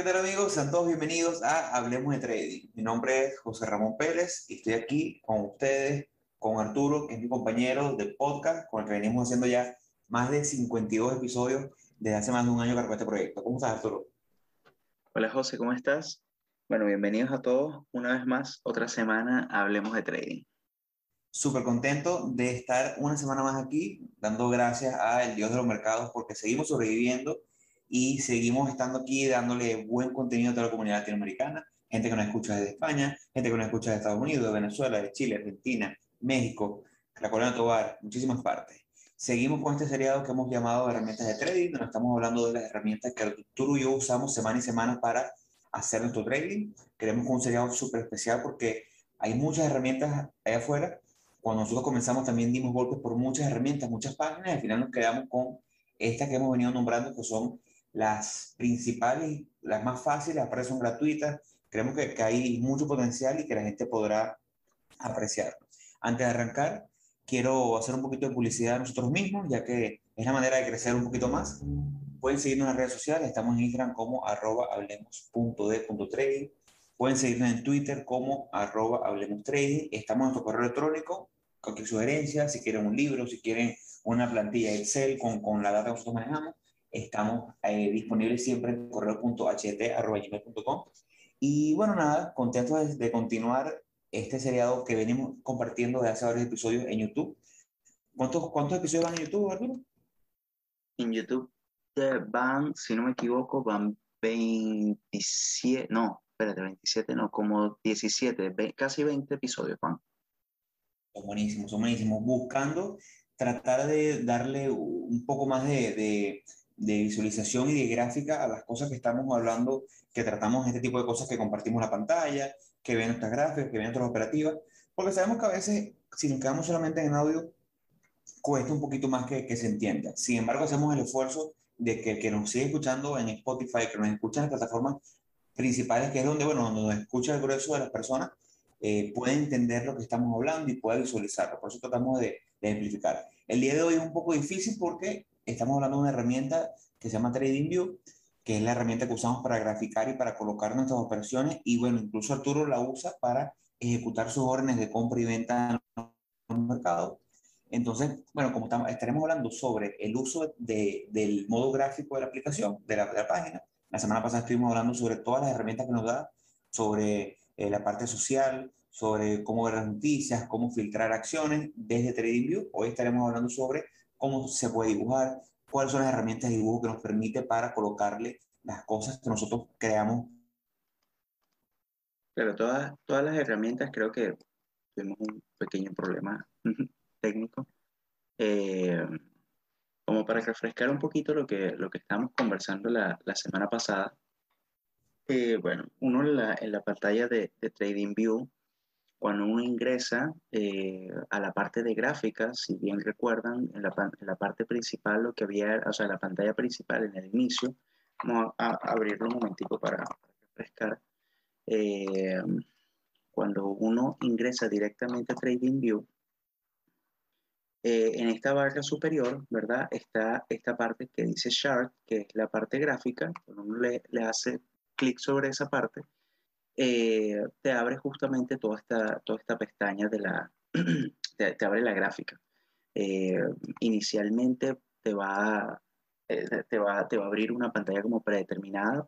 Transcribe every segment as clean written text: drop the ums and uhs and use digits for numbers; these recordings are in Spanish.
¿qué tal amigos? Sean todos bienvenidos a Hablemos de Trading. Mi nombre es José Ramón Pérez y estoy aquí con ustedes, con Arturo, que es mi compañero de podcast, con el que venimos haciendo ya más de 52 episodios desde hace más de un año que arrancó este proyecto. ¿Cómo estás, Arturo? Hola José, ¿cómo estás? Bueno, bienvenidos a todos una vez más, otra semana Hablemos de Trading. Súper contento de estar una semana más aquí, dando gracias al Dios de los mercados porque seguimos sobreviviendo y seguimos estando aquí dándole buen contenido a toda la comunidad latinoamericana, gente que nos escucha desde España, gente que nos escucha de Estados Unidos, de Venezuela, de Chile, Argentina, México, la Colonia de Tovar, muchísimas partes. Seguimos con este seriado que hemos llamado Herramientas de Trading, donde estamos hablando de las herramientas que Arturo y yo usamos semana y semana para hacer nuestro trading. Queremos con un seriado súper especial porque hay muchas herramientas allá afuera. Cuando nosotros comenzamos también dimos golpes por muchas herramientas, muchas páginas, y al final nos quedamos con estas que hemos venido nombrando, que son las principales, las más fáciles, aparte son gratuitas. Creemos que hay mucho potencial y que la gente podrá apreciar. Antes de arrancar, quiero hacer un poquito de publicidad a nosotros mismos, ya que es la manera de crecer un poquito más. Pueden seguirnos en las redes sociales, estamos en Instagram como @hablemos.de.trading. Pueden seguirnos en Twitter como @hablemostrading. Estamos en nuestro correo electrónico, cualquier sugerencia, si quieren un libro, si quieren una plantilla Excel con la data que nosotros manejamos, estamos disponibles siempre en correo.ht@gmail.com. Y bueno, nada, contento de continuar este seriado que venimos compartiendo de hace varios episodios en YouTube. ¿Cuántos episodios van en YouTube, Arturo? En YouTube van, si no me equivoco, van 27, no, espérate, 27, no, como 17, casi 20 episodios van. Son buenísimos. Buscando tratar de darle un poco más de visualización y de gráfica a las cosas que estamos hablando, que tratamos este tipo de cosas que compartimos la pantalla, que ven nuestras gráficas, que ven nuestras operativas, porque sabemos que a veces, si nos quedamos solamente en audio, cuesta un poquito más que se entienda. Sin embargo, hacemos el esfuerzo de que nos siga escuchando en Spotify, que nos escuchen en las plataformas principales, que es donde, bueno, donde nos escucha el grueso de las personas, puede entender lo que estamos hablando y puede visualizarlo. Por eso tratamos de amplificar. El día de hoy es un poco difícil porque estamos hablando de una herramienta que se llama TradingView, que es la herramienta que usamos para graficar y para colocar nuestras operaciones. Y bueno, incluso Arturo la usa para ejecutar sus órdenes de compra y venta en los mercados. Entonces, bueno, como estaremos hablando sobre el uso del modo gráfico de la aplicación, de la página, la semana pasada estuvimos hablando sobre todas las herramientas que nos da, sobre la parte social, sobre cómo ver las noticias, cómo filtrar acciones desde TradingView. Hoy estaremos hablando sobre cómo se puede dibujar, cuáles son las herramientas de dibujo que nos permite para colocarle las cosas que nosotros creamos. Pero todas las herramientas creo que tuvimos un pequeño problema técnico. Eh, Como para refrescar un poquito lo que estábamos conversando la semana pasada. Bueno, uno en la pantalla de TradingView, cuando uno ingresa a la parte de gráficas, si bien recuerdan, en la parte principal, lo que había, o sea, la pantalla principal en el inicio, vamos a abrirlo un momentico para refrescar. Eh, Cuando uno ingresa directamente a TradingView, en esta barra superior, ¿verdad? Está esta parte que dice Chart, que es la parte gráfica. Cuando uno le hace clic sobre esa parte, te abre justamente toda esta pestaña te abre la gráfica. Eh, Inicialmente te va a abrir una pantalla como predeterminada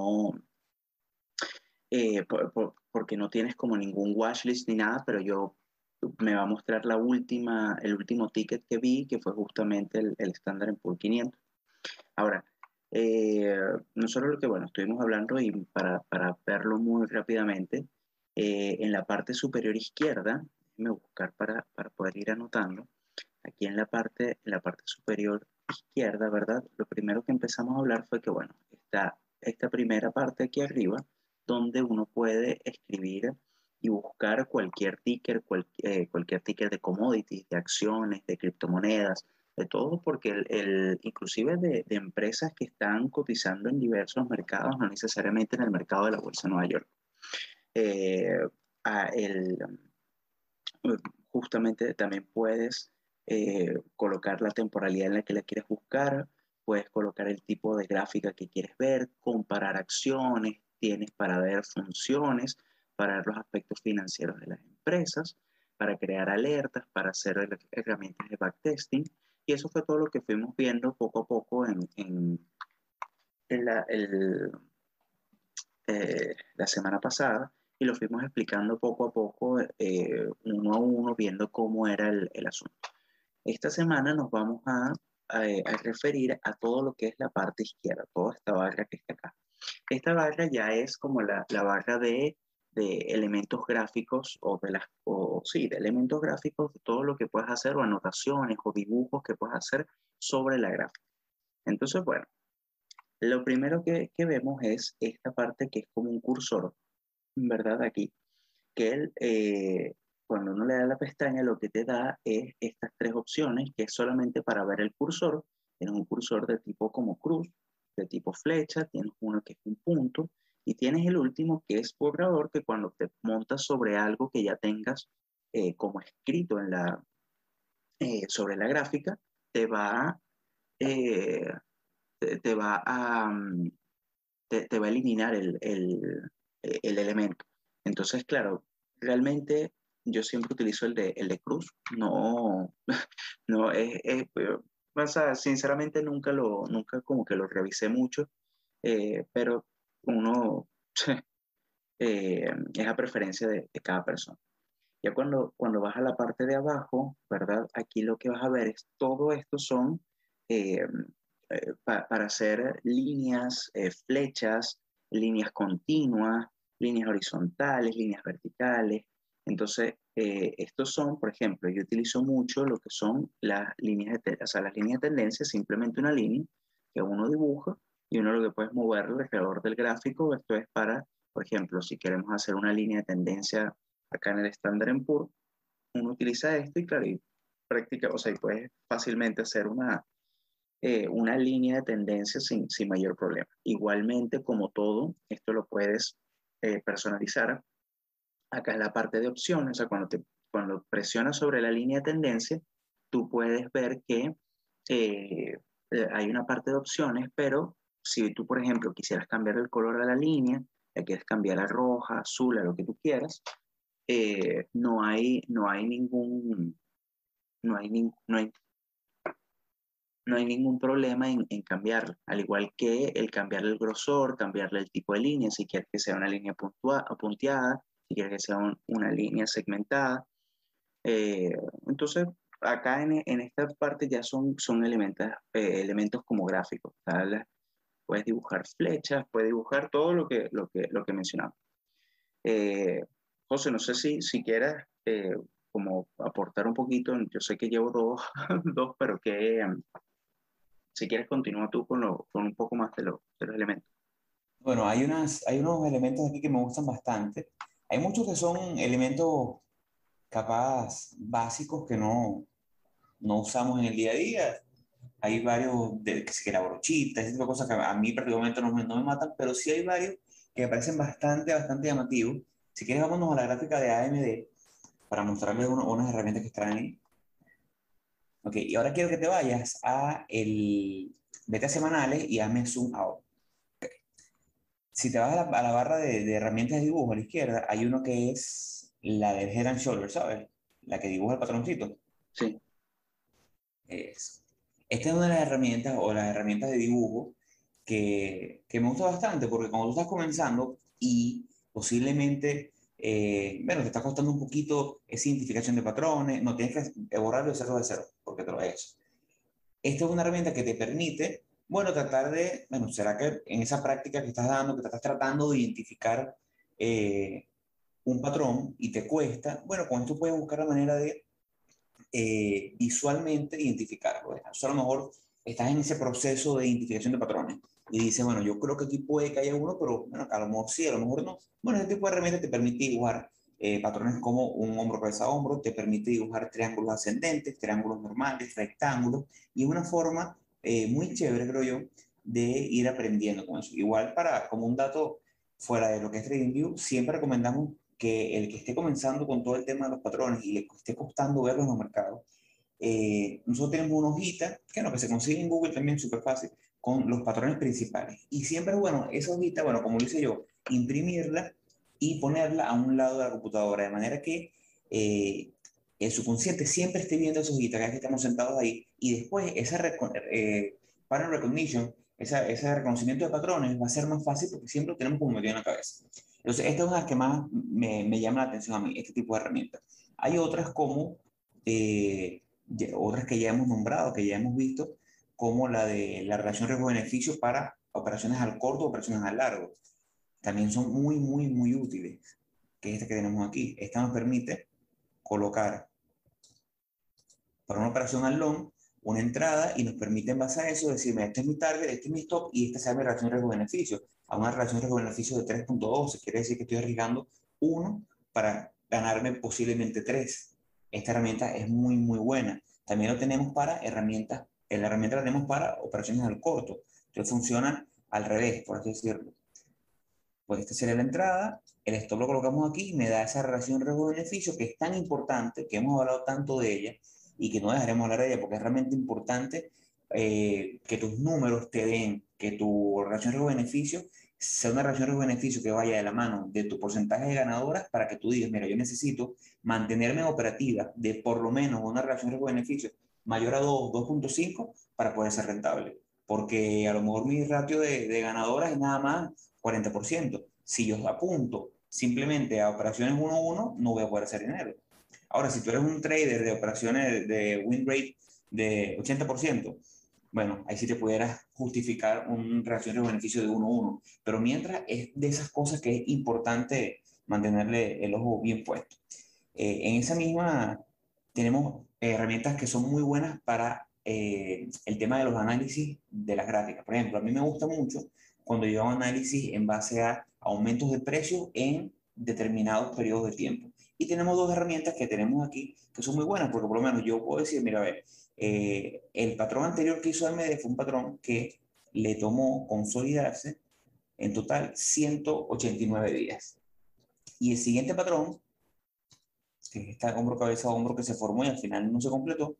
porque no tienes como ningún watchlist ni nada, pero me va a mostrar el último ticket que vi, que fue justamente el Standard Poor's 500. Ahora, eh, nosotros lo que, bueno, estuvimos hablando y para verlo muy rápidamente, en la parte superior izquierda, déjeme buscar para poder ir anotando, aquí en la parte superior izquierda, ¿verdad? Lo primero que empezamos a hablar fue que, bueno, está esta primera parte aquí arriba, donde uno puede escribir y buscar cualquier ticker de commodities, de acciones, de criptomonedas, de todo, porque inclusive de empresas que están cotizando en diversos mercados, no necesariamente en el mercado de la Bolsa de Nueva York. Eh, a el, Justamente también puedes colocar la temporalidad en la que la quieres buscar, puedes colocar el tipo de gráfica que quieres ver, comparar acciones, tienes para ver funciones, para ver los aspectos financieros de las empresas, para crear alertas, para hacer herramientas de backtesting. Y eso fue todo lo que fuimos viendo poco a poco en la semana pasada, y lo fuimos explicando poco a poco, uno a uno, viendo cómo era el asunto. Esta semana nos vamos a referir a todo lo que es la parte izquierda, toda esta barra que está acá. Esta barra ya es como la barra de elementos gráficos sí, de elementos gráficos, de todo lo que puedes hacer, o anotaciones o dibujos que puedes hacer sobre la gráfica. Entonces, bueno, lo primero que vemos es esta parte que es como un cursor, ¿verdad? Aquí, que cuando uno le da la pestaña, lo que te da es estas tres opciones, que es solamente para ver el cursor. Tienes un cursor de tipo como cruz, de tipo flecha, tienes uno que es un punto, y tienes el último que es borrador, que cuando te montas sobre algo que ya tengas como escrito sobre la gráfica, te va, eh, te va te va a eliminar el elemento. Entonces, claro, realmente yo siempre utilizo el de cruz. No, no o sea, sinceramente nunca como que lo revisé mucho, pero uno es a preferencia de cada persona. Ya cuando vas a la parte de abajo, ¿verdad? Aquí lo que vas a ver es todo esto son eh, para hacer líneas, flechas, líneas continuas, líneas horizontales, líneas verticales. Entonces, estos son, por ejemplo, yo utilizo mucho lo que son las líneas o sea, las líneas de tendencia, simplemente una línea que uno dibuja y uno lo que puede es moverlo alrededor del gráfico. Esto es para, por ejemplo, si queremos hacer una línea de tendencia acá en el Standard & Poor's, uno utiliza esto y claro, y práctica, o sea, y puedes fácilmente hacer una línea de tendencia sin mayor problema. Igualmente, como todo, esto lo puedes personalizar. Acá es la parte de opciones, o sea, cuando presionas sobre la línea de tendencia, tú puedes ver que eh, hay una parte de opciones, pero si tú, por ejemplo, quisieras cambiar el color de la línea, la quieres cambiar a roja, azul, a lo que tú quieras, no hay ningún, no hay ningún problema en cambiarla, al igual que el cambiarle el grosor, cambiarle el tipo de línea, si quieres que sea una línea punteada, si quieres que sea una línea segmentada. Eh, entonces, acá en esta parte ya son elementos como gráficos. ¿Tal? Puedes dibujar flechas, puedes dibujar todo lo que mencionamos. Eh, José, no sé si quieras como aportar un poquito, yo sé que llevo dos, dos, pero que si quieres continúa tú con un poco más de los elementos. Bueno, hay unos elementos aquí que me gustan bastante. Hay muchos que son elementos capaz básicos que no usamos en el día a día. Hay varios, que si que la brochita, ese tipo de cosas que a mí particularmente no me matan, pero sí hay varios que me parecen bastante llamativos. Si quieres, vámonos a la gráfica de AMD para mostrarles unas herramientas que están ahí. Ok, y ahora quiero que te vayas vete a semanales y hazme zoom out. Si te vas a la barra de herramientas de dibujo a la izquierda, hay uno que es la del Head and Shoulders, ¿sabes? La que dibuja el patroncito. Sí, Es. Esta es una de las herramientas o las herramientas de dibujo que me gusta bastante porque cuando tú estás comenzando y posiblemente, bueno, te está costando un poquito esa identificación de patrones, no tienes que borrarlo y hacerlo de cero porque te lo he hecho. Esta es una herramienta que te permite, bueno, tratar de, bueno, será que en esa práctica que estás dando, que te estás tratando de identificar un patrón y te cuesta, bueno, con esto puedes buscar la manera de visualmente identificarlo. Eso a lo mejor estás en ese proceso de identificación de patrones y dices, bueno, yo creo que aquí puede que haya uno, pero bueno, a lo mejor sí, a lo mejor no. Bueno, este tipo de herramienta te permite dibujar patrones como un hombro, cabeza, hombro, te permite dibujar triángulos ascendentes, triángulos normales, rectángulos, y es una forma muy chévere, creo yo, de ir aprendiendo con eso. Igual como un dato fuera de lo que es TradingView, siempre recomendamos que el que esté comenzando con todo el tema de los patrones y le esté costando verlos en los mercados, nosotros tenemos una hojita, que no, que se consigue en Google también súper fácil, con los patrones principales. Y siempre es bueno, esa hojita, bueno, como lo hice yo, imprimirla y ponerla a un lado de la computadora, de manera que el subconsciente siempre esté viendo esa hojita cada vez que estamos sentados ahí, y después esa pattern recognition, ese reconocimiento de patrones va a ser más fácil porque siempre lo tenemos como metido en la cabeza. Entonces, esta es una de las que más me llama la atención a mí, este tipo de herramientas. Hay otras como, otras que ya hemos nombrado, que ya hemos visto, como la de la relación riesgo-beneficio para operaciones al corto, operaciones al largo. También son muy, muy, muy útiles, que es esta que tenemos aquí. Esta nos permite colocar para una operación al long una entrada y nos permite en base a eso decirme, este es mi target, este es mi stop y esta sea mi relación riesgo-beneficio. A una relación riesgo-beneficio de 3.12, quiere decir que estoy arriesgando 1 para ganarme posiblemente 3. Esta herramienta es muy, muy buena. También lo tenemos para herramientas, la herramienta la tenemos para operaciones al corto. Entonces funciona al revés, por así decirlo. Pues esta sería la entrada, el stop lo colocamos aquí y me da esa relación riesgo-beneficio que es tan importante, que hemos hablado tanto de ella y que no dejaremos hablar de ella porque es realmente importante que tus números te den, que tu relación riesgo-beneficio sea una relación riesgo-beneficio que vaya de la mano de tu porcentaje de ganadoras para que tú digas, mira, yo necesito mantenerme en operativa de por lo menos una relación riesgo-beneficio mayor a 2, 2.5 para poder ser rentable. Porque a lo mejor mi ratio de ganadoras es nada más 40%. Si yo apunto simplemente a operaciones 1-1, no voy a poder hacer dinero. Ahora, si tú eres un trader de operaciones de win rate de 80%, bueno, ahí sí te pudieras justificar un relación de beneficio de 1-1. Pero mientras es de esas cosas que es importante mantenerle el ojo bien puesto. En esa misma tenemos herramientas que son muy buenas para el tema de los análisis de las gráficas. Por ejemplo, a mí me gusta mucho cuando yo hago análisis en base a aumentos de precios en determinados periodos de tiempo. Y tenemos dos herramientas que tenemos aquí que son muy buenas, porque por lo menos yo puedo decir, mira, a ver, el patrón anterior que hizo AMD fue un patrón que le tomó consolidarse en total 189 días. Y el siguiente patrón, que es esta hombro, cabeza, hombro que se formó y al final no se completó,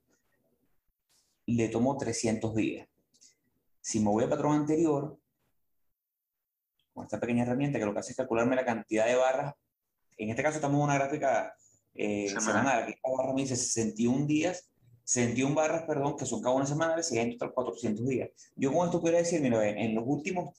le tomó 300 días. Si me voy al patrón anterior, con esta pequeña herramienta que lo que hace es calcularme la cantidad de barras, en este caso estamos en una gráfica Semanal. semanal, aquí esta barra me dice 61 días, 61 barras, perdón, que son cada una semanal, serían en total 400 días. Yo con esto podría decir, mira, en los últimos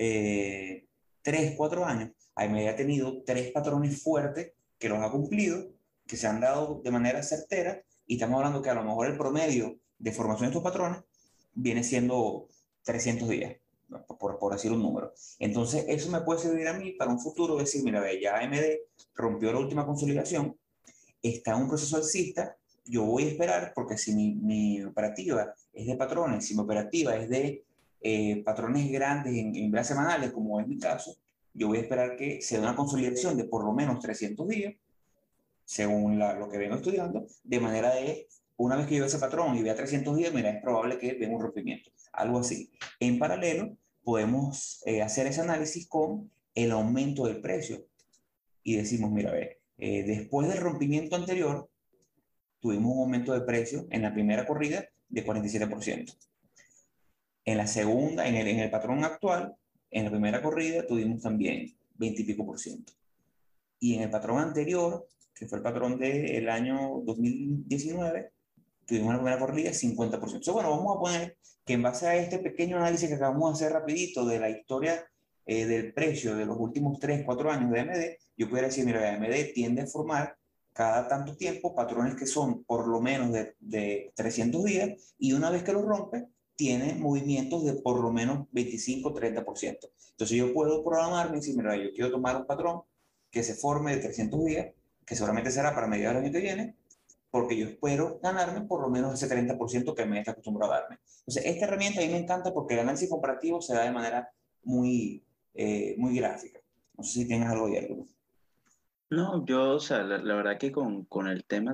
3, 4 años, ahí me había tenido 3 patrones fuertes que los ha cumplido, que se han dado de manera certera, y estamos hablando que a lo mejor el promedio de formación de estos patrones viene siendo 300 días, ¿no? Por decir un número. Entonces, eso me puede servir a mí para un futuro decir, mira, ve, ya AMD rompió la última consolidación, está en un proceso alcista, yo voy a esperar porque si mi operativa es de patrones, si mi operativa es de patrones grandes en velas semanales, como es mi caso, yo voy a esperar que se dé una consolidación de por lo menos 300 días, según lo que vengo estudiando, de manera de, una vez que yo vea ese patrón y vea 300 días, mira, es probable que venga un rompimiento, algo así. En paralelo, podemos hacer ese análisis con el aumento del precio y decimos, mira, a ver, después del rompimiento anterior, tuvimos un aumento de precio en la primera corrida de 47%. En la segunda, en el patrón actual, en la primera corrida tuvimos también 20 y pico por ciento. Y en el patrón anterior, que fue el patrón del año 2019, tuvimos una primera corrida de 50%. Entonces, bueno, vamos a poner que en base a este pequeño análisis que acabamos de hacer rapidito de la historia del precio de los últimos 3 4 años de AMD, yo pudiera decir, mira, AMD tiende a formar cada tanto tiempo patrones que son por lo menos de 300 días y una vez que lo rompe, tiene movimientos de por lo menos 25-30%. Entonces yo puedo programarme y decir, mira, yo quiero tomar un patrón que se forme de 300 días, que seguramente será para mediados del año que viene, porque yo espero ganarme por lo menos ese 30% que me está acostumbrado a darme. Entonces, esta herramienta a mí me encanta porque el análisis comparativo se da de manera muy, muy gráfica. No sé si tienes algo de algo. No, yo, o sea, la verdad que con el tema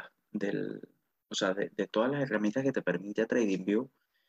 o sea, de todas las herramientas que te permite TradingView,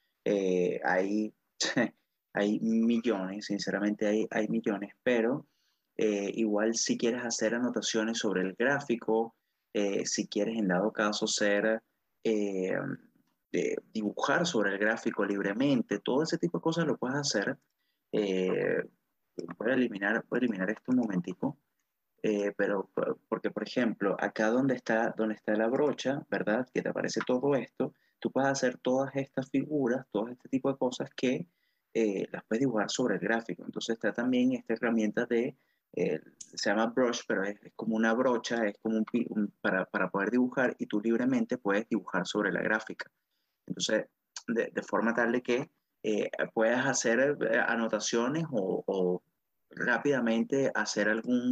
hay, hay millones, sinceramente hay millones, pero igual si quieres hacer anotaciones sobre el gráfico, si quieres en dado caso ser eh, dibujar sobre el gráfico libremente, todo ese tipo de cosas lo puedes hacer. Eh, voy a eliminar esto un momentico. Pero porque, por ejemplo, acá donde está la brocha, ¿verdad? Que te aparece todo esto, tú puedes hacer todas estas figuras, todo este tipo de cosas que las puedes dibujar sobre el gráfico. Entonces está también esta herramienta se llama brush, pero es como una brocha, es como para poder dibujar y tú libremente puedes dibujar sobre la gráfica. Entonces, de forma tal de que puedas hacer anotaciones o rápidamente hacer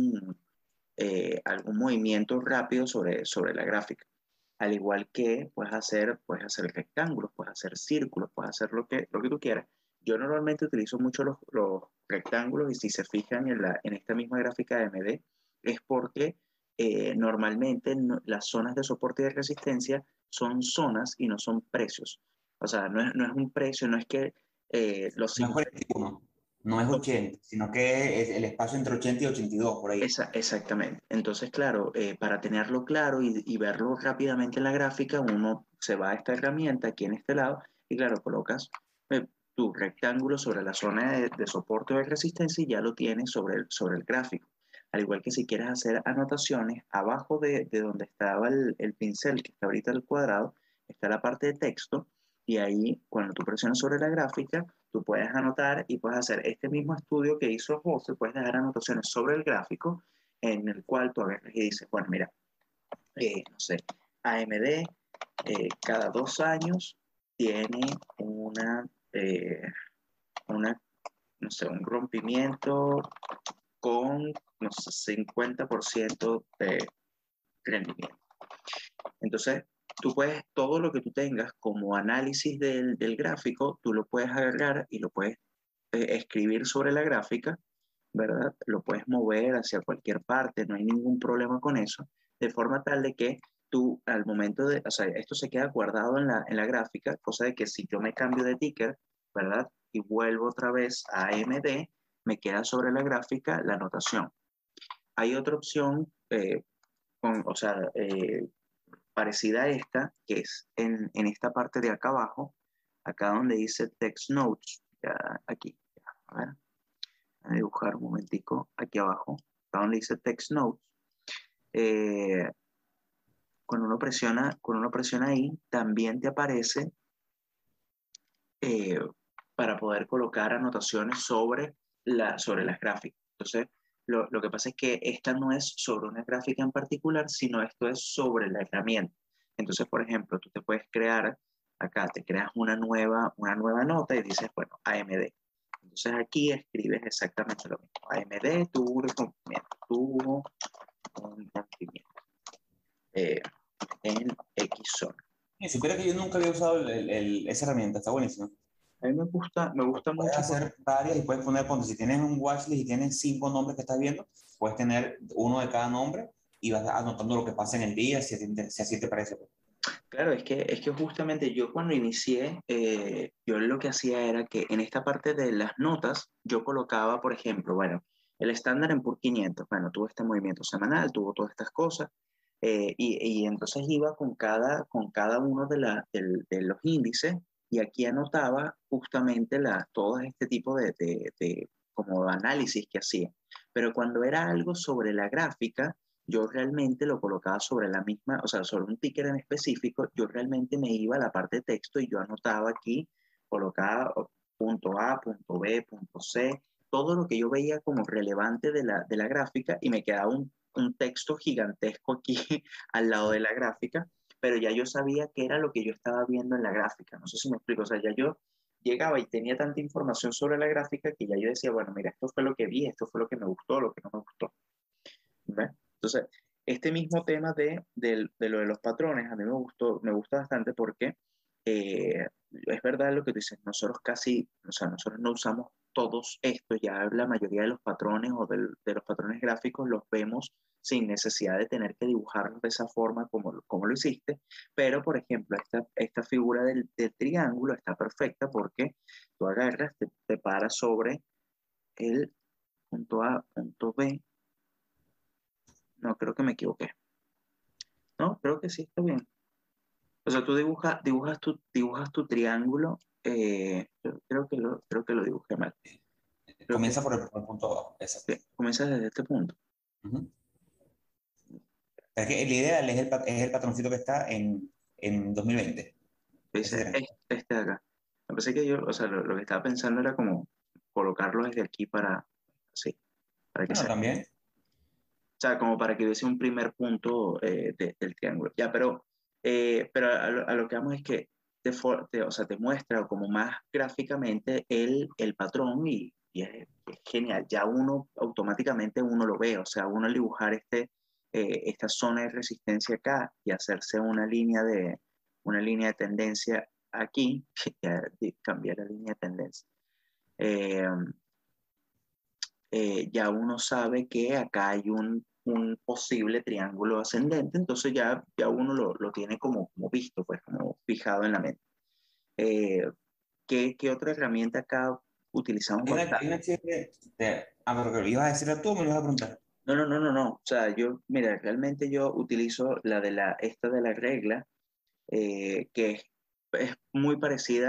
algún movimiento rápido sobre la gráfica. Al igual que puedes hacer rectángulos, puedes hacer círculos, puedes hacer lo que tú quieras. Yo normalmente utilizo mucho los rectángulos y si se fijan en esta misma gráfica de MD, es porque normalmente las zonas de soporte y de resistencia son zonas y no son precios. O sea, no es un precio, no es que los No es signos. 41, no es 80, sino que es el espacio entre 80 y 82, por ahí. Exactamente. Entonces, claro, para tenerlo claro y verlo rápidamente en la gráfica, uno se va a esta herramienta aquí en este lado y, claro, colocas eh, tu rectángulo sobre la zona de soporte o de resistencia y ya lo tienes sobre el gráfico. Al igual que si quieres hacer anotaciones, abajo de donde estaba el pincel, que está ahorita el cuadrado, está la parte de texto y ahí, cuando tú presionas sobre la gráfica, tú puedes anotar y puedes hacer este mismo estudio que hizo José, puedes dejar anotaciones sobre el gráfico en el cual tú agarras y dices, bueno, mira, no sé, AMD cada 2 años tiene eh, una, no sé, un rompimiento con, no sé, 50% de rendimiento. Entonces, tú puedes, todo lo que tú tengas como análisis del gráfico, tú lo puedes agarrar y lo puedes escribir sobre la gráfica, ¿verdad? Lo puedes mover hacia cualquier parte, no hay ningún problema con eso, de forma tal de que tú al momento o sea, esto se queda guardado en la gráfica, cosa de que si yo me cambio de ticker, ¿verdad? Y vuelvo otra vez a AMD, me queda sobre la gráfica la anotación. Hay otra opción, o sea, parecida a esta, que es en esta parte de acá abajo, acá donde dice Text Notes, ya, aquí, ya, a ver, voy a dibujar un momentico, aquí abajo, acá donde dice Text Notes, eh, cuando uno presiona ahí, también te aparece eh, para poder colocar anotaciones sobre las gráficas. Entonces, lo que pasa es que esta no es sobre una gráfica en particular, sino esto es sobre la herramienta. Entonces, por ejemplo, tú te puedes crear, acá te creas una nueva nota y dices, bueno, AMD. Entonces aquí escribes exactamente lo mismo. AMD tuvo un rompimiento eh, en X zona. Y supiera que yo nunca había usado esa herramienta, está buenísima. A mí me gusta Puedes mucho porque hacer varias y puedes poner, ponte, si tienes un watchlist y tienes 5 nombres que estás viendo, puedes tener uno de cada nombre y vas anotando lo que pasa en el día, si así te parece. claro, es que justamente yo cuando inicié, yo lo que hacía era que en esta parte de las notas, yo colocaba, por ejemplo, bueno, el estándar en PUR 500, bueno, tuvo este movimiento semanal, tuvo todas estas cosas, y entonces iba con cada uno de los índices y aquí anotaba justamente todo este tipo de como análisis que hacía. Pero cuando era algo sobre la gráfica, yo realmente lo colocaba sobre la misma, o sea, sobre un ticker en específico, yo realmente me iba a la parte de texto y yo anotaba aquí, colocaba punto A, punto B, punto C, todo lo que yo veía como relevante de la gráfica y me quedaba un texto gigantesco aquí al lado de la gráfica, pero ya yo sabía qué era lo que yo estaba viendo en la gráfica. No sé si me explico, o sea, ya yo llegaba y tenía tanta información sobre la gráfica que ya yo decía, bueno, mira, esto fue lo que vi, esto fue lo que me gustó, lo que no me gustó. ¿Ves? Entonces, este mismo tema de lo de los patrones, a mí me gusta bastante porque es verdad lo que tú dices, nosotros casi, o sea, nosotros no usamos todos estos, ya la mayoría de los patrones de los patrones gráficos los vemos sin necesidad de tener que dibujarlos de esa forma como lo hiciste, pero por ejemplo, esta figura del triángulo está perfecta porque tú agarras, te paras sobre el punto A, punto B, no, creo que me equivoqué. No, creo que sí está bien. O sea, tú dibujas tu triángulo. Creo que lo dibujé mal. Creo que Comienza por el punto abajo, exacto. comienzas desde este punto. Ujú. Es que el ideal es el patroncito que está en 2020. Ese Dice, triángulo. este de acá. Me parece que yo, o sea, lo que estaba pensando era como colocarlo desde aquí sí, para que Bueno, sea. O también. sea, como para que hubiese un primer punto del triángulo. Ya, pero a lo que vamos es que o sea, te muestra como más gráficamente el patrón y es genial. Ya automáticamente uno lo ve. O sea, uno al dibujar esta zona de resistencia acá y hacerse una línea de tendencia aquí, ya cambiar la línea de tendencia. Eh, ya uno sabe que acá hay un posible triángulo ascendente, entonces ya uno lo tiene como visto, pues como fijado en la mente. Eh, ¿qué otra herramienta acá utilizamos Hay bastante? una chévere pero que ibas a decirle tú o me lo ibas a preguntar. No, no, no, no, no. O sea, mira, realmente yo utilizo esta de la regla, que es muy parecida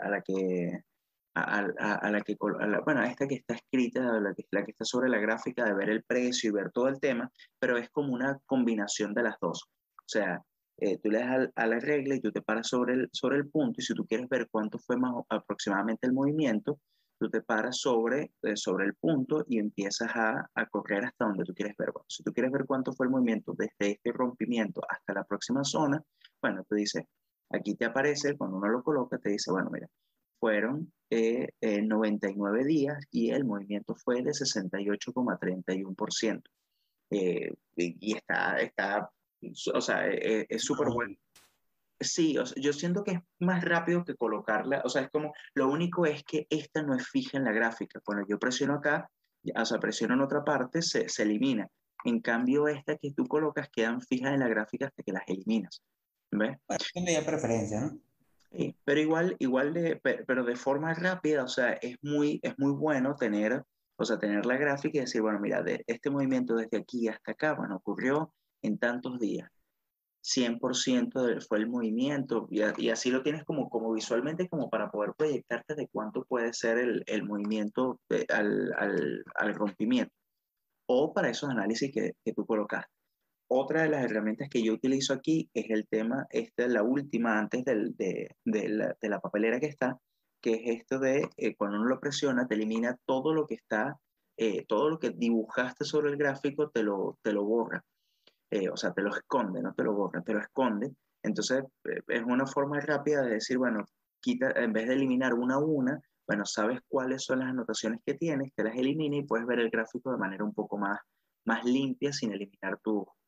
bueno, a esta que está escrita, la que está sobre la gráfica de ver el precio y ver todo el tema, pero es como una combinación de las dos. O sea, tú le das a la regla y tú te paras sobre el punto, y si tú quieres ver cuánto fue más aproximadamente el movimiento, tú te paras sobre el punto y empiezas a correr hasta donde tú quieres ver. Bueno, si tú quieres ver cuánto fue el movimiento desde este rompimiento hasta la próxima zona, bueno, tú dices, aquí te aparece, cuando uno lo coloca, te dice, bueno, mira, fueron 99 días y el movimiento fue de 68,31%. Y o sea, es súper bueno. Sí, o sea, yo siento que es más rápido que colocarla. O sea, es como, lo único es que esta no es fija en la gráfica. Cuando yo presiono acá, o sea, presiono en otra parte, se elimina. En cambio, esta que tú colocas quedan fijas en la gráfica hasta que las eliminas. ¿Ves? Bueno, tiene ya preferencia, ¿no? Sí, pero pero de forma rápida. O sea, es muy bueno tener la gráfica y decir, bueno, mira, de este movimiento desde aquí hasta acá, bueno, ocurrió en tantos días. 100% fue el movimiento, y así lo tienes como visualmente, como para poder proyectarte de cuánto puede ser el movimiento al rompimiento, o para esos análisis que tú colocaste. Otra de las herramientas que yo utilizo aquí es el tema, esta es la última antes de la papelera que está, que es esto de cuando uno lo presiona, te elimina todo lo que está, todo lo que dibujaste sobre el gráfico, te lo borra. O sea, te lo esconde, no te lo borra, te lo esconde. Entonces, es una forma rápida de decir, bueno, en vez de eliminar una a una, bueno, sabes cuáles son las anotaciones que tienes, te las elimina y puedes ver el gráfico de manera un poco más limpia, sin eliminar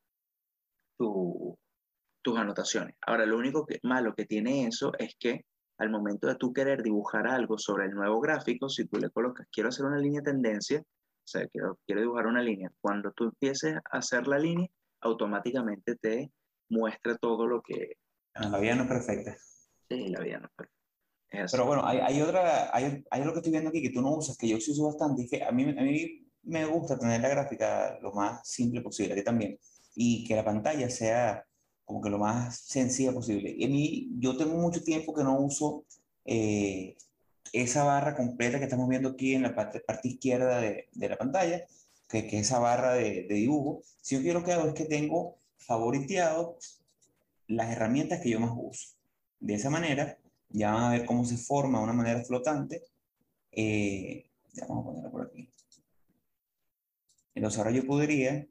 tu- tus anotaciones. Ahora, lo único malo que tiene eso es que al momento de tú querer dibujar algo sobre el nuevo gráfico, si tú le colocas, quiero hacer una línea de tendencia, o sea, quiero dibujar una línea, cuando tú empieces a hacer la línea, automáticamente te muestra todo lo que Bueno, la vida no es perfecta. es la vida, ¿no? Pero es así. Pero bueno, hay algo que estoy viendo aquí que tú no usas, que yo sí uso bastante, y que a mí me gusta tener la gráfica lo más simple posible, a ti también, y que la pantalla sea como que lo más sencilla posible. Y a mí, yo tengo mucho tiempo que no uso eh, esa barra completa que estamos viendo aquí en la parte izquierda de la pantalla, que es esa barra de dibujo, sino que yo lo que hago es que tengo favoriteado las herramientas que yo más uso. De esa manera, ya van a ver cómo se forma de una manera flotante. Ya vamos a ponerlo por aquí. Entonces ahora yo podría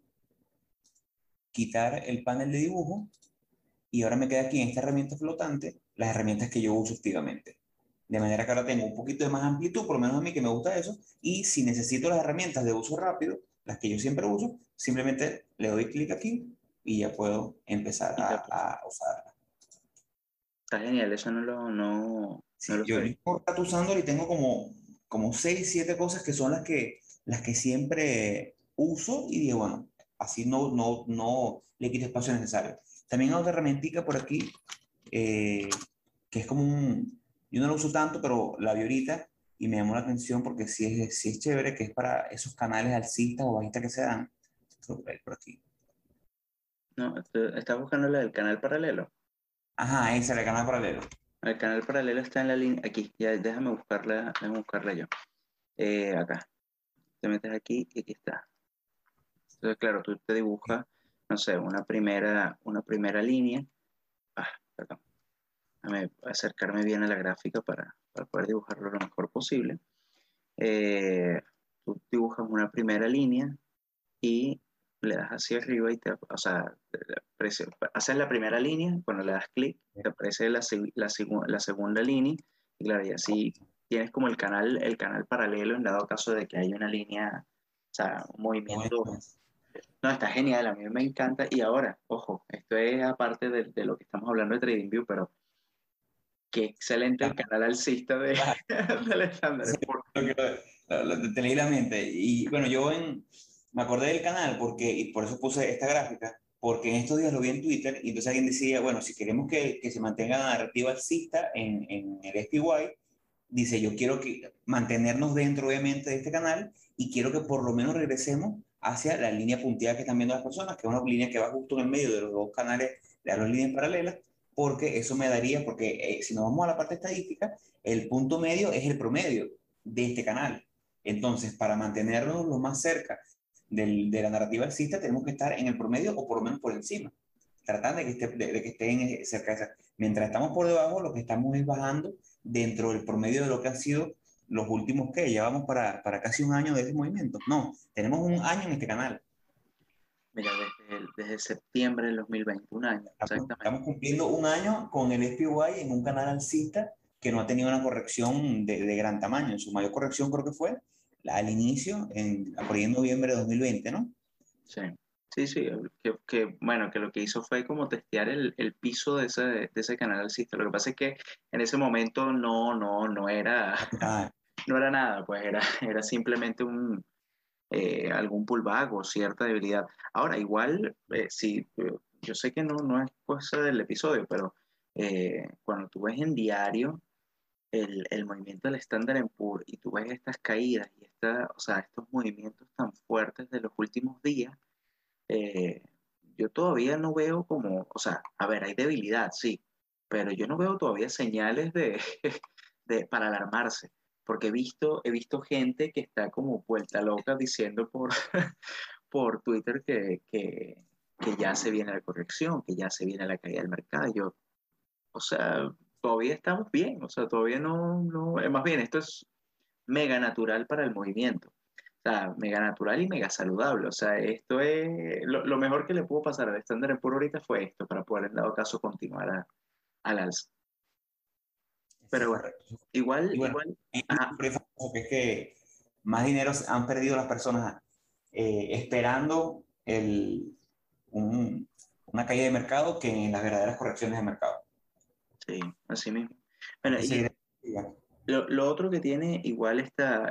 quitar el panel de dibujo y ahora me queda aquí en esta herramienta flotante las herramientas que yo uso activamente. De manera que ahora tengo un poquito de más amplitud, por lo menos a mí que me gusta eso, y si necesito las herramientas de uso rápido, las que yo siempre uso, simplemente le doy clic aquí y ya puedo empezar Y a usarlas. está genial, eso no lo Sí, yo sabía. por rato usándolo y tengo como 6 7 cosas que son las que siempre uso y digo, bueno, así no le quito espacio necesario. También hay otra herramientica por aquí, eh, que es yo no lo uso tanto, pero la vi ahorita y me llamó la atención porque sí es chévere, que es para esos canales alcistas o bajistas que se dan. Esto lo voy a ver por aquí. No, estás buscando la del canal paralelo. Ajá, ese era el canal paralelo. El canal paralelo está en la línea, aquí, ya déjame buscarla yo. Acá, te metes aquí y aquí está. Entonces, claro, tú te dibujas, no sé, una primera línea. Ah, perdón. Déjame acercarme bien a la gráfica para poder dibujarlo lo mejor posible. Tú dibujas una primera línea y le das hacia arriba y o sea, haces la primera línea, cuando le das clic, te aparece la segunda línea, y claro, y así tienes como el canal paralelo en dado caso de que haya una línea, o sea, un Qué movimiento. bueno. No, está genial, a mí me encanta. Y ahora, ojo, esto es aparte de lo que estamos hablando de TradingView, pero qué excelente el canal alcista de, del estándar. Sí, te leí la mente. Y bueno, me acordé del canal y por eso puse esta gráfica, porque en estos días lo vi en Twitter y entonces alguien decía, bueno, si queremos que se mantenga la narrativa alcista en el SPY, dice, yo quiero mantenernos dentro, obviamente, de este canal y quiero que por lo menos regresemos hacia la línea punteada que están viendo las personas, que es una línea que va justo en el medio de los dos canales, de las dos líneas paralelas, porque eso me daría, porque si nos vamos a la parte estadística, el punto medio es el promedio de este canal. Entonces, para mantenernos lo más cerca de la narrativa alcista, tenemos que estar en el promedio o por lo menos por encima. Tratar de que estén cerca de esa. Mientras estamos por debajo, lo que estamos es bajando dentro del promedio de lo que han sido los últimos que llevamos para casi un año de ese movimiento. No, tenemos un año en este canal. Mira, desde septiembre del 2020, un año, exactamente. Estamos cumpliendo un año con el SPY en un canal alcista que no ha tenido una corrección de gran tamaño. En su mayor corrección creo que fue al inicio, por ahí en noviembre de 2020, ¿no? Sí, sí, sí, bueno, que lo que hizo fue como testear el piso de ese canal alcista. Lo que pasa es que en ese momento no era, Ah, no era nada, pues era simplemente algún pullback o cierta debilidad. Ahora, igual, sí, yo sé que no es cosa del episodio, pero cuando tú ves en diario el movimiento del Standard Poor's y tú ves estas caídas y o sea, estos movimientos tan fuertes de los últimos días, eh, yo todavía no veo como, o sea, a ver, hay debilidad, sí, pero yo no veo todavía señales para alarmarse, porque he visto gente que está como vuelta loca diciendo por Twitter que ya se viene la corrección, que ya se viene la caída del mercado. Yo, o sea, todavía estamos bien, o sea, todavía más bien, esto es mega natural para el movimiento. O sea, mega natural y mega saludable. O sea, esto es lo mejor que le pudo pasar al Standard Poor's ahorita fue esto, para poder en dado caso continuar al alza. eso Pero es bueno, correcto. Y bueno, igual, hay un ajá, número muy famoso que es que más dinero han perdido las personas esperando un- una caída de mercado que en las verdaderas correcciones de mercado. sí, así mismo. Hay Bueno, que y seguir. lo otro que tiene igual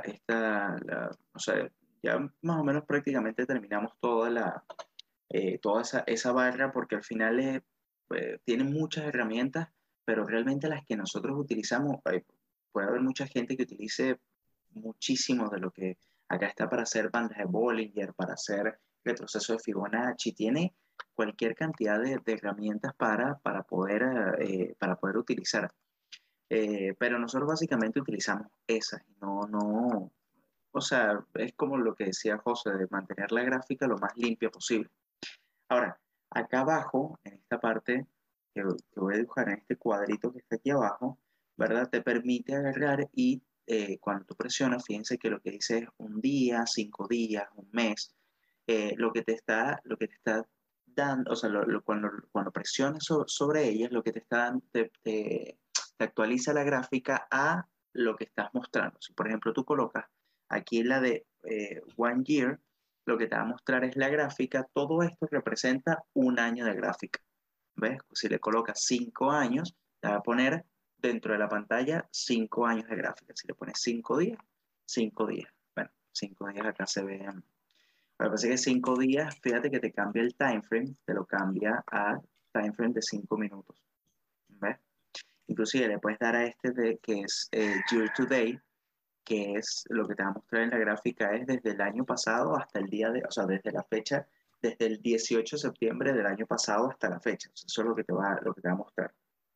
o sea, ya más o menos prácticamente terminamos toda esa barra porque al final tiene muchas herramientas, pero realmente las que nosotros utilizamos, puede haber mucha gente que utilice muchísimo de lo que acá está para hacer bandas de Bollinger, para hacer retroceso de Fibonacci, tiene cualquier cantidad de herramientas para poder utilizar. Pero nosotros básicamente utilizamos esas, o sea, es como lo que decía José, de mantener la gráfica lo más limpia posible. Ahora, acá abajo, en esta parte que voy a dibujar en este cuadrito que está aquí abajo, ¿verdad? Te permite agarrar y cuando tú presionas, fíjense que lo que dice es un día, 5 días, un mes, lo que te está dando, o sea, cuando presionas sobre ellas, lo que te está dando, te actualiza la gráfica a lo que estás mostrando. Si, por ejemplo, tú colocas aquí la de One Year, lo que te va a mostrar es la gráfica. Todo esto representa un año de gráfica. ¿Ves? Si le colocas 5 años, te va a poner dentro de la pantalla 5 años de gráfica. Si le pones 5 días, 5 días. Bueno, 5 días acá se ven. Lo que pasa es que 5 días, fíjate que te cambia el time frame, te lo cambia a time frame de 5 minutos. ¿Ves? Inclusive le puedes dar a este que es Year to Day, que es lo que te va a mostrar en la gráfica, es desde el año pasado hasta el día o sea, desde la fecha, desde el 18 de septiembre del año pasado hasta la fecha. O sea, eso es lo que te va a mostrar.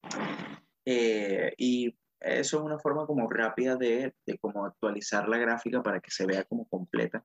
Y eso es una forma como rápida de como actualizar la gráfica para que se vea como completa.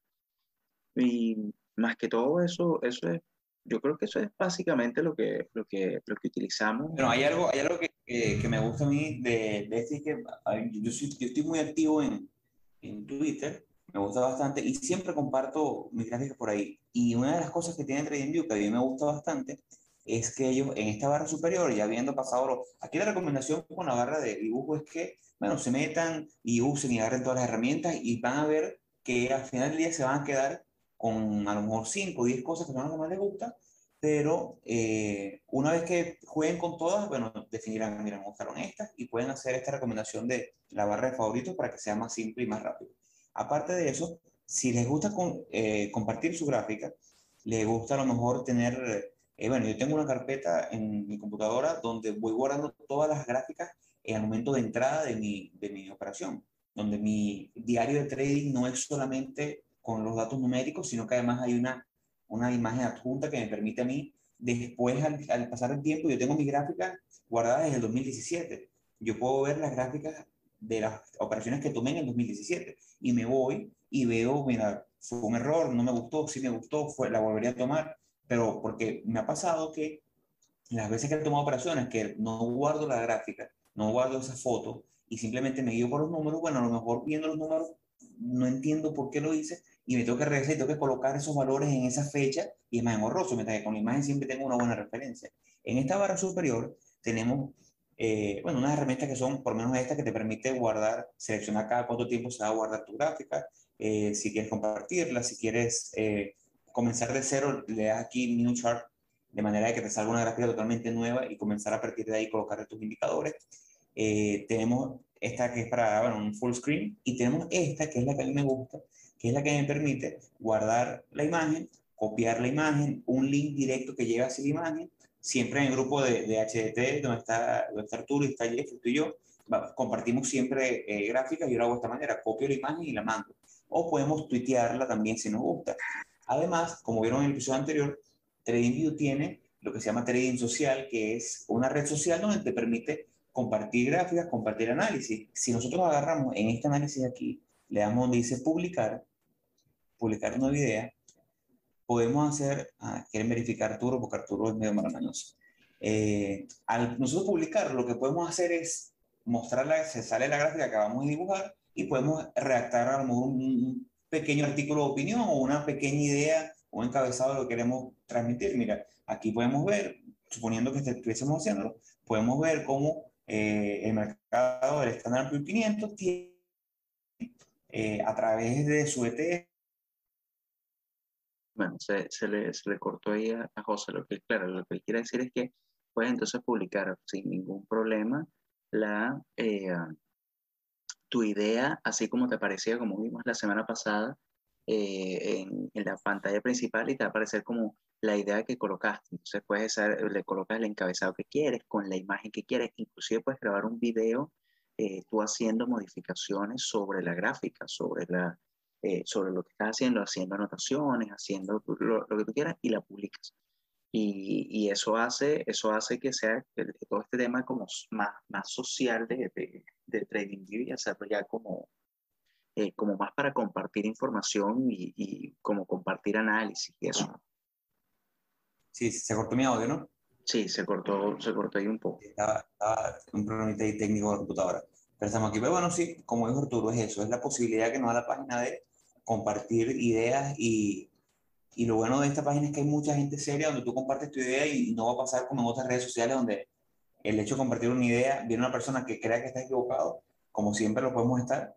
Y más que todo eso es, yo creo que eso es básicamente lo que utilizamos. Bueno, hay algo que me gusta a mí de este, es que yo estoy muy activo en Twitter, me gusta bastante y siempre comparto mis gráficas por ahí. Y una de las cosas que tiene TradingView que a mí me gusta bastante es que ellos en esta barra superior, ya habiendo pasado, aquí la recomendación con la barra de dibujo es que, bueno, se metan y usen y agarren todas las herramientas y van a ver que al final del día se van a quedar con a lo mejor 5 o 10 cosas que son las que más les gustan, pero una vez que jueguen con todas, bueno, definirán, mira, me gustaron estas y pueden hacer esta recomendación de la barra de favoritos para que sea más simple y más rápido. Aparte de eso, si les gusta compartir su gráfica, les gusta a lo mejor tener, bueno, yo tengo una carpeta en mi computadora donde voy guardando todas las gráficas en el momento de entrada de mi operación, donde mi diario de trading no es solamente con los datos numéricos, sino que además hay una imagen adjunta que me permite a mí, después al pasar el tiempo, yo tengo mis gráficas guardadas desde el 2017. Yo puedo ver las gráficas de las operaciones que tomé en el 2017 y me voy y veo, mira, fue un error, no me gustó, sí me gustó, la volvería a tomar, pero porque me ha pasado que las veces que he tomado operaciones que no guardo la gráfica, no guardo esa foto y simplemente me guío por los números, bueno, a lo mejor viendo los números no entiendo por qué lo hice y me tengo que regresar y tengo que colocar esos valores en esa fecha y es más engorroso, mientras que con la imagen siempre tengo una buena referencia. En esta barra superior tenemos, bueno, unas herramientas que son, por lo menos esta, que te permite guardar, seleccionar cada cuánto tiempo se va a guardar tu gráfica, si quieres compartirla, si quieres comenzar de cero, le das aquí New Chart de manera que te salga una gráfica totalmente nueva y comenzar a partir de ahí colocar tus indicadores. Tenemos esta que es para, bueno, un full screen y tenemos esta que es la que a mí me gusta, que es la que me permite guardar la imagen, copiar la imagen, un link directo que lleva hacia la imagen, siempre en el grupo de HDT donde está Arturo y está Jeff, tú y yo, compartimos siempre gráficas y yo lo hago de esta manera, copio la imagen y la mando. O podemos tuitearla también si nos gusta. Además, como vieron en el episodio anterior, TradingView tiene lo que se llama Trading Social, que es una red social donde te permite compartir gráficas, compartir análisis. Si nosotros agarramos en este análisis aquí, le damos donde dice publicar, publicar una idea, podemos hacer, quieren verificar Arturo, porque Arturo es medio maramañoso. Al nosotros publicar, lo que podemos hacer es mostrarla, se sale la gráfica que acabamos de dibujar y podemos redactar a lo mejor un pequeño artículo de opinión o una pequeña idea o encabezado de lo que queremos transmitir. Mira, aquí podemos ver, suponiendo que estuviésemos haciéndolo, podemos ver cómo el mercado del Standard Poor's 500 tiene, a través de su ETF. Bueno, se le cortó ahí a José. Claro, lo que él quiere decir es que puedes entonces publicar sin ningún problema la, tu idea, así como te aparecía, como vimos la semana pasada, en la pantalla principal y te va a aparecer como la idea que colocaste. Entonces le colocas el encabezado que quieres, con la imagen que quieres, inclusive puedes grabar un video tú haciendo modificaciones sobre la gráfica, sobre lo que estás haciendo, haciendo anotaciones, haciendo lo que tú quieras y la publicas. Y eso hace que sea todo este tema como más social de TradingView y hacerlo ya como más para compartir información y como compartir análisis y eso. Sí, se cortó mi audio, ¿no? Sí, se cortó ahí un poco. Estaba un problemita ahí técnico de la computadora. Pero estamos aquí. Pero bueno, sí, como dijo Arturo, es eso, es la posibilidad que nos da la página de compartir ideas y lo bueno de esta página es que hay mucha gente seria donde tú compartes tu idea y no va a pasar como en otras redes sociales donde el hecho de compartir una idea, viene una persona que crea que está equivocado, como siempre lo podemos estar,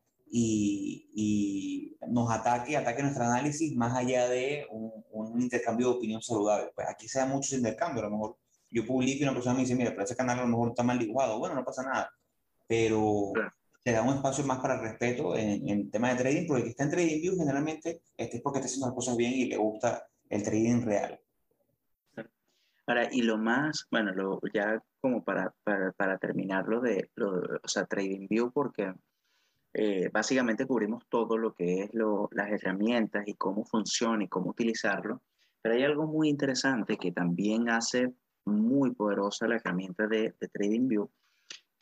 y nos ataque nuestro análisis más allá de un intercambio de opinión saludable. Pues aquí se da mucho intercambio, a lo mejor yo publico y una persona me dice, mira, pero ese canal a lo mejor está mal dibujado. Bueno, no pasa nada, pero Claro. te da un espacio más para el respeto en temas de trading, porque el que está en TradingView generalmente este es porque está haciendo las cosas bien y le gusta el trading real. Ahora, y lo más, bueno, ya como para terminar o sea, TradingView, porque básicamente cubrimos todo lo que es las herramientas y cómo funciona y cómo utilizarlo, pero hay algo muy interesante que también hace muy poderosa la herramienta de TradingView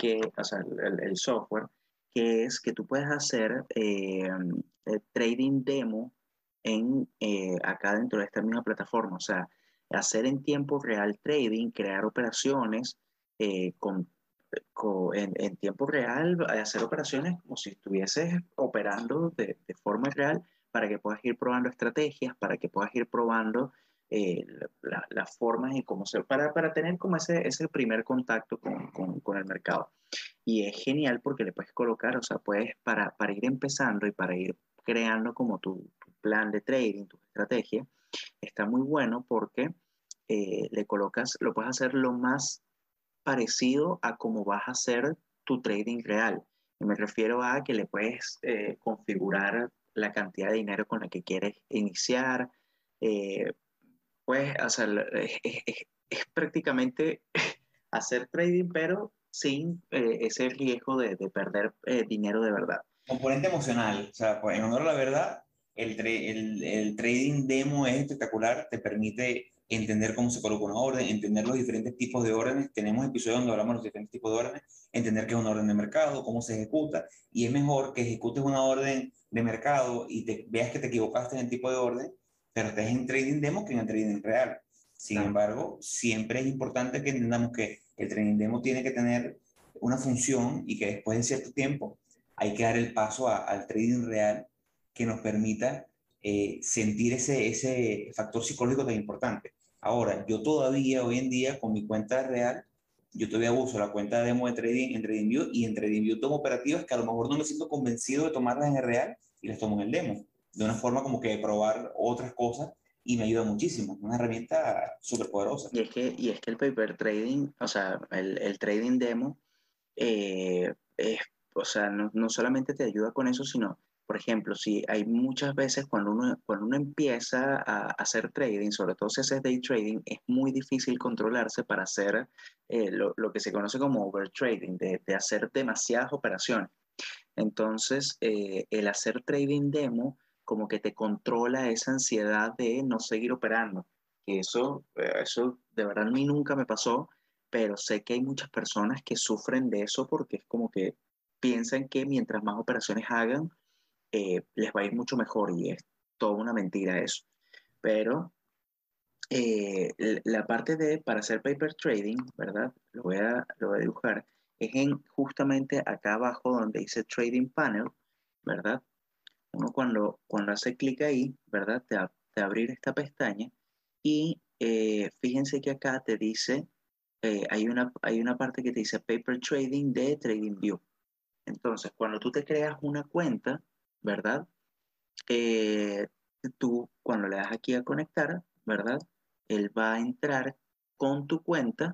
o sea, el software, que es que tú puedes hacer trading demo acá dentro de esta misma plataforma. O sea, hacer en tiempo real trading, crear operaciones en tiempo real, hacer operaciones como si estuvieses operando de forma real para que puedas ir probando estrategias, para que puedas ir probando las formas y cómo se, para tener como ese primer contacto con el mercado. Y es genial porque le puedes colocar, o sea, puedes para ir empezando y para ir creando como tu plan de trading, tu estrategia, está muy bueno porque lo puedes hacer lo más parecido a cómo vas a hacer tu trading real. Y me refiero a que le puedes configurar la cantidad de dinero con la que quieres iniciar. eh, Puedes hacer, es prácticamente hacer trading, pero sin ese riesgo de perder dinero de verdad. Componente emocional, o sea, pues, en honor a la verdad, el trading demo es espectacular, te permite entender cómo se coloca una orden, entender los diferentes tipos de órdenes. Tenemos episodios donde hablamos de los diferentes tipos de órdenes, entender qué es una orden de mercado, cómo se ejecuta, y es mejor que ejecutes una orden de mercado y te veas que te equivocaste en el tipo de orden, pero estés en trading demo que en el trading real. Sin Claro. embargo, siempre es importante que entendamos que el trading demo tiene que tener una función y que después de cierto tiempo hay que dar el paso al trading real que nos permita sentir ese factor psicológico tan importante. Ahora, yo todavía, hoy en día, con mi cuenta real, yo todavía uso la cuenta demo de trading en TradingView y en TradingView tomo operativas que a lo mejor no me siento convencido de tomarlas en el real y las tomo en el demo, de una forma como que de probar otras cosas y me ayuda muchísimo. Una herramienta súper poderosa. Y es que el paper trading, o sea, el trading demo, es, o sea, no solamente te ayuda con eso, sino, por ejemplo, si hay muchas veces cuando uno empieza a hacer trading, sobre todo si haces day trading, es muy difícil controlarse para hacer lo que se conoce como overtrading, de hacer demasiadas operaciones. Entonces, el hacer trading demo como que te controla esa ansiedad de no seguir operando. Que eso de verdad a mí nunca me pasó, pero sé que hay muchas personas que sufren de eso porque es como que piensan que mientras más operaciones hagan, les va a ir mucho mejor y es toda una mentira eso. Pero la parte para hacer paper trading, ¿verdad? Lo voy a dibujar. Es justamente acá abajo donde dice Trading Panel, ¿verdad? Uno cuando hace clic ahí, ¿verdad? Te abrir esta pestaña y fíjense que acá te dice, hay una parte que te dice Paper Trading de TradingView. Entonces, cuando tú te creas una cuenta, ¿verdad? eh, Tú cuando le das aquí a conectar, ¿verdad? Él va a entrar con tu cuenta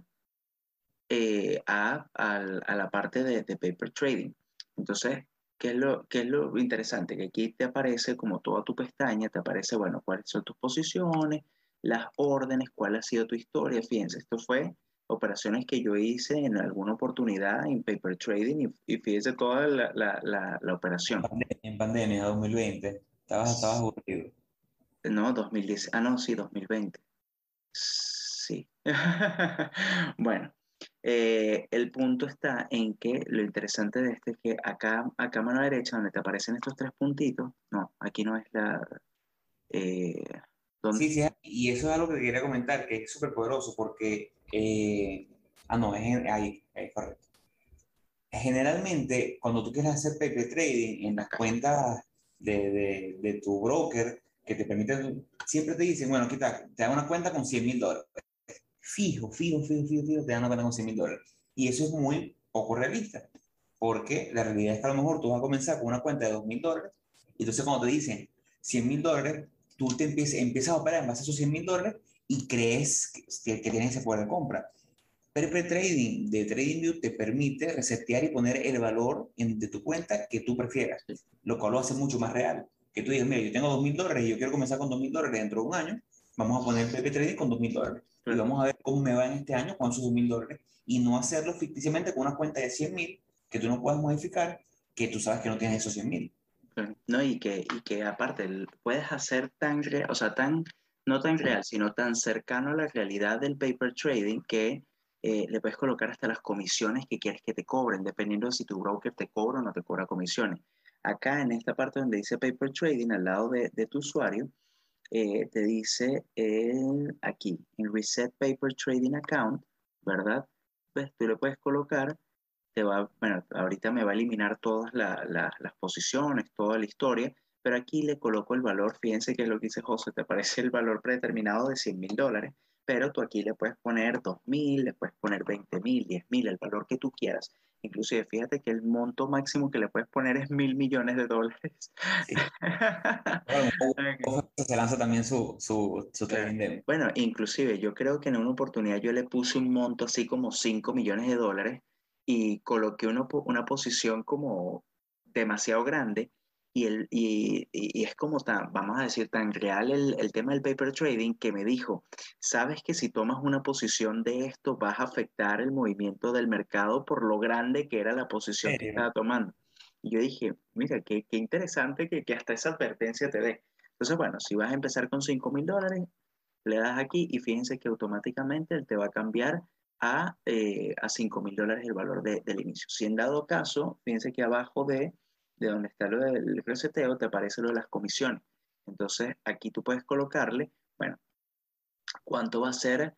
a la parte de paper trading. Entonces, ¿qué es lo interesante? Que aquí te aparece como toda tu pestaña, te aparece, bueno, cuáles son tus posiciones, las órdenes, cuál ha sido tu historia. Fíjense, esto fue operaciones que yo hice en alguna oportunidad en paper trading y fíjense toda la operación. En pandemia 2020, estabas aburrido. No, 2010. Ah, no, sí, 2020. Sí. Bueno, el punto está en que lo interesante de este es que acá a mano derecha, donde te aparecen estos tres puntitos, no, aquí no es eh, Sí, ¿dónde? sí, y eso es algo que te quería comentar, que es súper poderoso porque, no, ahí, correcto. Generalmente, cuando tú quieres hacer paper trading en las Acá. cuentas de tu broker, que te permiten, siempre te dicen, bueno, te dan una cuenta con $100,000. Fijo, fijo, fijo, fijo, fijo, te dan una cuenta con $100,000. Y eso es muy poco realista, porque la realidad es que a lo mejor tú vas a comenzar con una cuenta de $2,000, y entonces cuando te dicen $100,000, tú empiezas a operar en base a esos $100,000 y crees que tienes ese poder de compra. Pero trading de TradingView te permite resetear y poner el valor de tu cuenta que tú prefieras, Sí, lo cual lo hace mucho más real. Que tú digas, mira, yo tengo $2,000 y yo quiero comenzar con $2,000 dentro de un año, vamos a poner PP Trading con $2,000 y claro, vamos a ver cómo me va en este año con esos $2,000 y no hacerlo ficticiamente con una cuenta de 100,000 que tú no puedes modificar, que tú sabes que no tienes esos 100,000. claro. No, y que aparte puedes hacer o sea, no tan real, sino tan cercano a la realidad del paper trading que le puedes colocar hasta las comisiones que quieres que te cobren, dependiendo de si tu broker te cobra o no te cobra comisiones. Acá en esta parte donde dice Paper Trading, al lado de tu usuario, te dice aquí, en Reset Paper Trading Account, ¿verdad? Pues tú le puedes colocar, bueno, ahorita me va a eliminar todas las posiciones, toda la historia, pero aquí le coloco el valor, fíjense que es lo que dice José, te aparece el valor predeterminado de $100,000, pero tú aquí le puedes poner 2.000, le puedes poner 20.000, 10.000, el valor que tú quieras. Inclusive, fíjate que el monto máximo que le puedes poner es $1.000 millones. Sí. Bueno, se lanza también su Claro. trading demo. Bueno, inclusive yo creo que en una oportunidad yo le puse un monto así como $5 millones y coloqué una posición como demasiado grande y es como tan, vamos a decir, tan real el tema del paper trading que me dijo, sabes que si tomas una posición de esto vas a afectar el movimiento del mercado por lo grande que era la posición ¿En que serio? estaba tomando. Y yo dije, mira, qué interesante que hasta esa advertencia te dé. Entonces, bueno, si vas a empezar con $5.000, le das aquí y fíjense que automáticamente él te va a cambiar a $5.000 el valor del inicio. Si en dado caso, fíjense que abajo de donde está lo del reseteo te aparece lo de las comisiones. Entonces aquí tú puedes colocarle, bueno, cuánto va a ser,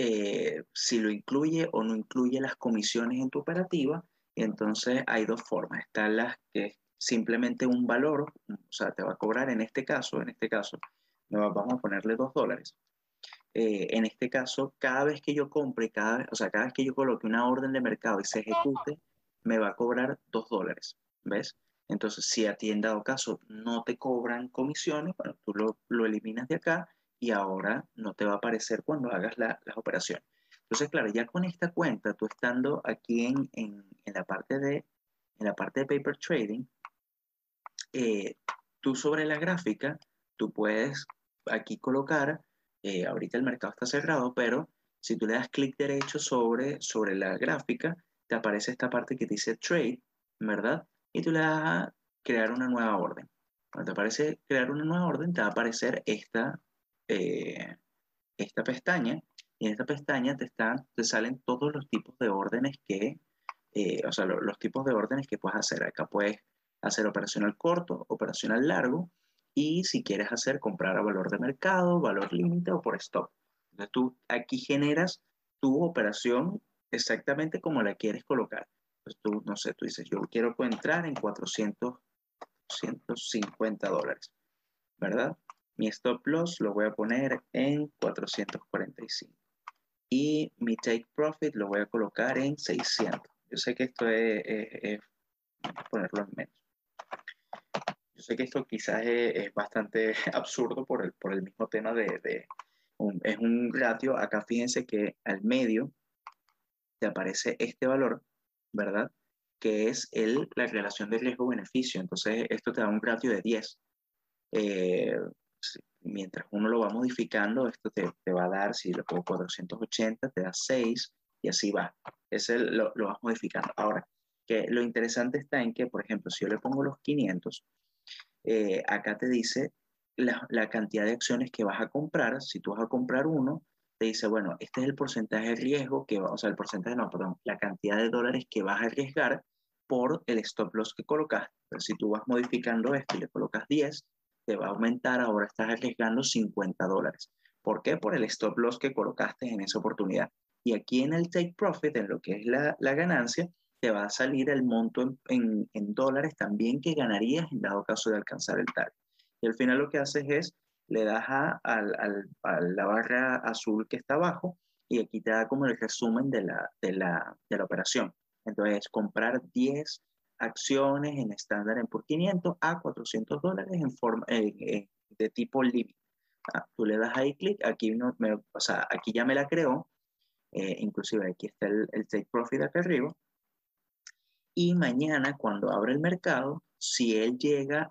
si lo incluye o no incluye las comisiones en tu operativa. Y entonces hay dos formas. Están las que es simplemente un valor, o sea, te va a cobrar en este caso, vamos a ponerle $2. En este caso, cada vez que yo compre, o sea, cada vez que yo coloque una orden de mercado y se ejecute, me va a cobrar $2, ¿ves? Entonces, si a ti en dado caso no te cobran comisiones, bueno, tú lo eliminas de acá y ahora no te va a aparecer cuando hagas las operaciones. Entonces, claro, ya con esta cuenta, tú estando aquí en la parte de paper trading, eh, tú sobre la gráfica, tú puedes aquí colocar, ahorita el mercado está cerrado, pero si tú le das clic derecho sobre la gráfica, te aparece esta parte que dice Trade, ¿verdad? Y tú le das a crear una nueva orden. Cuando te aparece crear una nueva orden, te va a aparecer esta pestaña, y en esta pestaña te salen todos los tipos de órdenes o sea, los tipos de órdenes que puedes hacer. Acá puedes hacer operacional corto, operacional largo, y si quieres hacer comprar a valor de mercado, valor límite o por stop. Entonces tú aquí generas tu operación exactamente como la quieres colocar. Entonces tú, no sé, tú dices, yo quiero entrar en $450, ¿verdad? Mi stop loss lo voy a poner en 445 y mi take profit lo voy a colocar en 600. Yo sé que esto es ponerlo en menos. Yo sé que esto quizás es bastante absurdo por el mismo tema es un ratio. Acá fíjense que al medio te aparece este valor, ¿verdad? Que es la relación de riesgo-beneficio. Entonces esto te da un ratio de 10. Eh, Mientras uno lo va modificando, esto te va a dar, si le pongo 480, te da 6 y así va. Ese lo vas modificando. Ahora, que lo interesante está en que, por ejemplo, si yo le pongo los 500, acá te dice la cantidad de acciones que vas a comprar. Si tú vas a comprar uno, te dice, bueno, este es el porcentaje de riesgo o sea, el porcentaje, no, perdón, la cantidad de dólares que vas a arriesgar por el stop loss que colocas. Pero si tú vas modificando esto y le colocas 10, te va a aumentar, ahora estás arriesgando $50. ¿Por qué? Por el stop loss que colocaste en esa oportunidad. Y aquí en el take profit, en lo que es la ganancia, te va a salir el monto en dólares también que ganarías en dado caso de alcanzar el target. Y al final lo que haces es, le das a la barra azul que está abajo y aquí te da como el resumen de la operación. Entonces, comprar 10 acciones en estándar en por 500 a $400 de tipo límite. Tú le das ahí clic, aquí, o sea, aquí ya me la creó, inclusive aquí está el take profit acá arriba, y mañana cuando abra el mercado, si él llega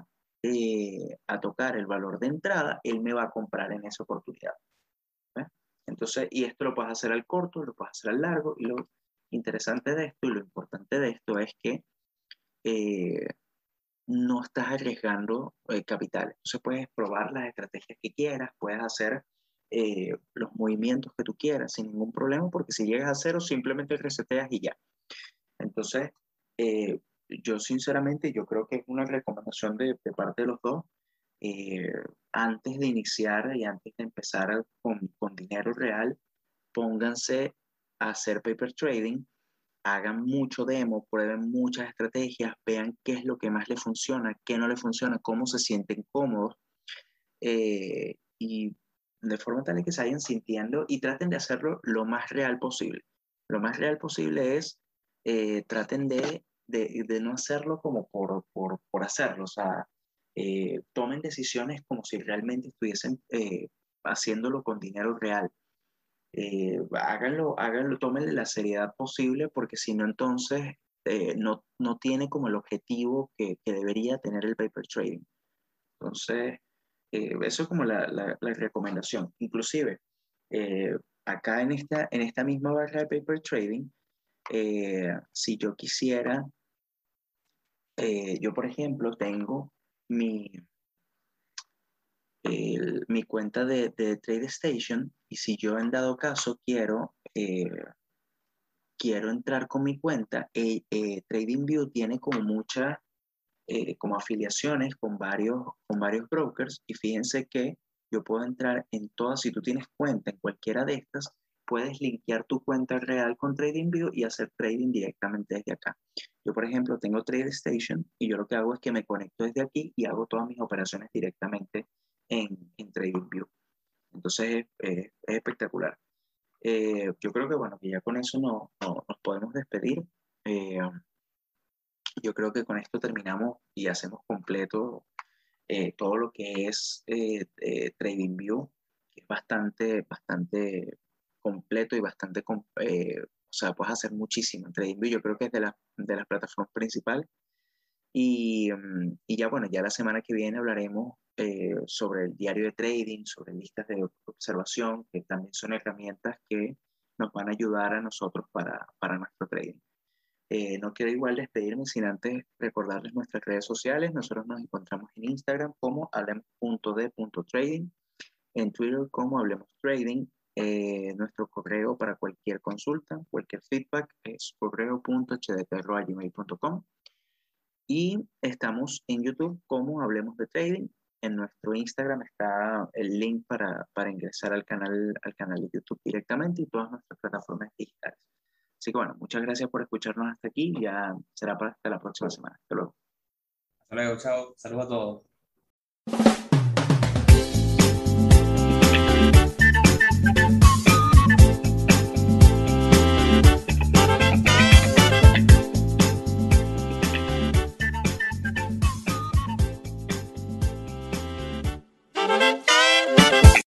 a tocar el valor de entrada, él me va a comprar en esa oportunidad. ¿Ves? Entonces, y esto lo puedes hacer al corto, lo puedes hacer al largo, y lo interesante de esto y lo importante de esto es que eh, no estás arriesgando capital. Entonces puedes probar las estrategias que quieras, puedes hacer los movimientos que tú quieras sin ningún problema, porque si llegas a cero simplemente reseteas y ya. Entonces, yo sinceramente, yo creo que es una recomendación de parte de los dos. eh, Antes de iniciar y antes de empezar con dinero real, pónganse a hacer paper trading, hagan mucho demo, prueben muchas estrategias, vean qué es lo que más les funciona, qué no les funciona, cómo se sienten cómodos, y de forma tal que se vayan sintiendo y traten de hacerlo lo más real posible. Lo más real posible es, traten de no hacerlo como por hacerlo, o sea, tomen decisiones como si realmente estuviesen haciéndolo con dinero real. Háganlo, tómenle la seriedad posible, porque si no, entonces no tiene como el objetivo que debería tener el paper trading. Entonces, eso es como la recomendación. Inclusive, eh, acá en esta misma barra de paper trading, si yo quisiera, yo por ejemplo tengo mi, mi cuenta de TradeStation, y si yo en dado caso quiero entrar con mi cuenta, TradingView tiene como muchas como afiliaciones con varios brokers, y fíjense que yo puedo entrar en todas. Si tú tienes cuenta en cualquiera de estas, puedes linkear tu cuenta real con TradingView y hacer trading directamente desde acá. Yo, por ejemplo, tengo TradeStation, y yo lo que hago es que me conecto desde aquí y hago todas mis operaciones directamente en TradingView. Entonces es espectacular. Yo creo que bueno, que ya con eso nos podemos despedir. Eh, yo creo que con esto terminamos y hacemos completo todo lo que es TradingView, que es bastante completo y o sea, puedes hacer muchísimo en TradingView. Yo creo que es de las plataformas principales. Y ya bueno, ya la semana que viene hablaremos sobre el diario de trading, sobre listas de observación, que también son herramientas que nos van a ayudar a nosotros para nuestro trading. No quiero igual despedirme sin antes recordarles nuestras redes sociales. Nosotros nos encontramos en Instagram como hablemos.de.trading, en Twitter como Hablemos Trading. Nuestro correo para cualquier consulta, cualquier feedback es correo.hdt@gmail.com, y estamos en YouTube como Hablemos de Trading. En nuestro Instagram está el link para ingresar al canal de YouTube directamente, y todas nuestras plataformas digitales. Así que bueno, muchas gracias por escucharnos hasta aquí. Ya será para hasta la próxima semana. Hasta luego. Hasta luego, chao. Saludos a todos.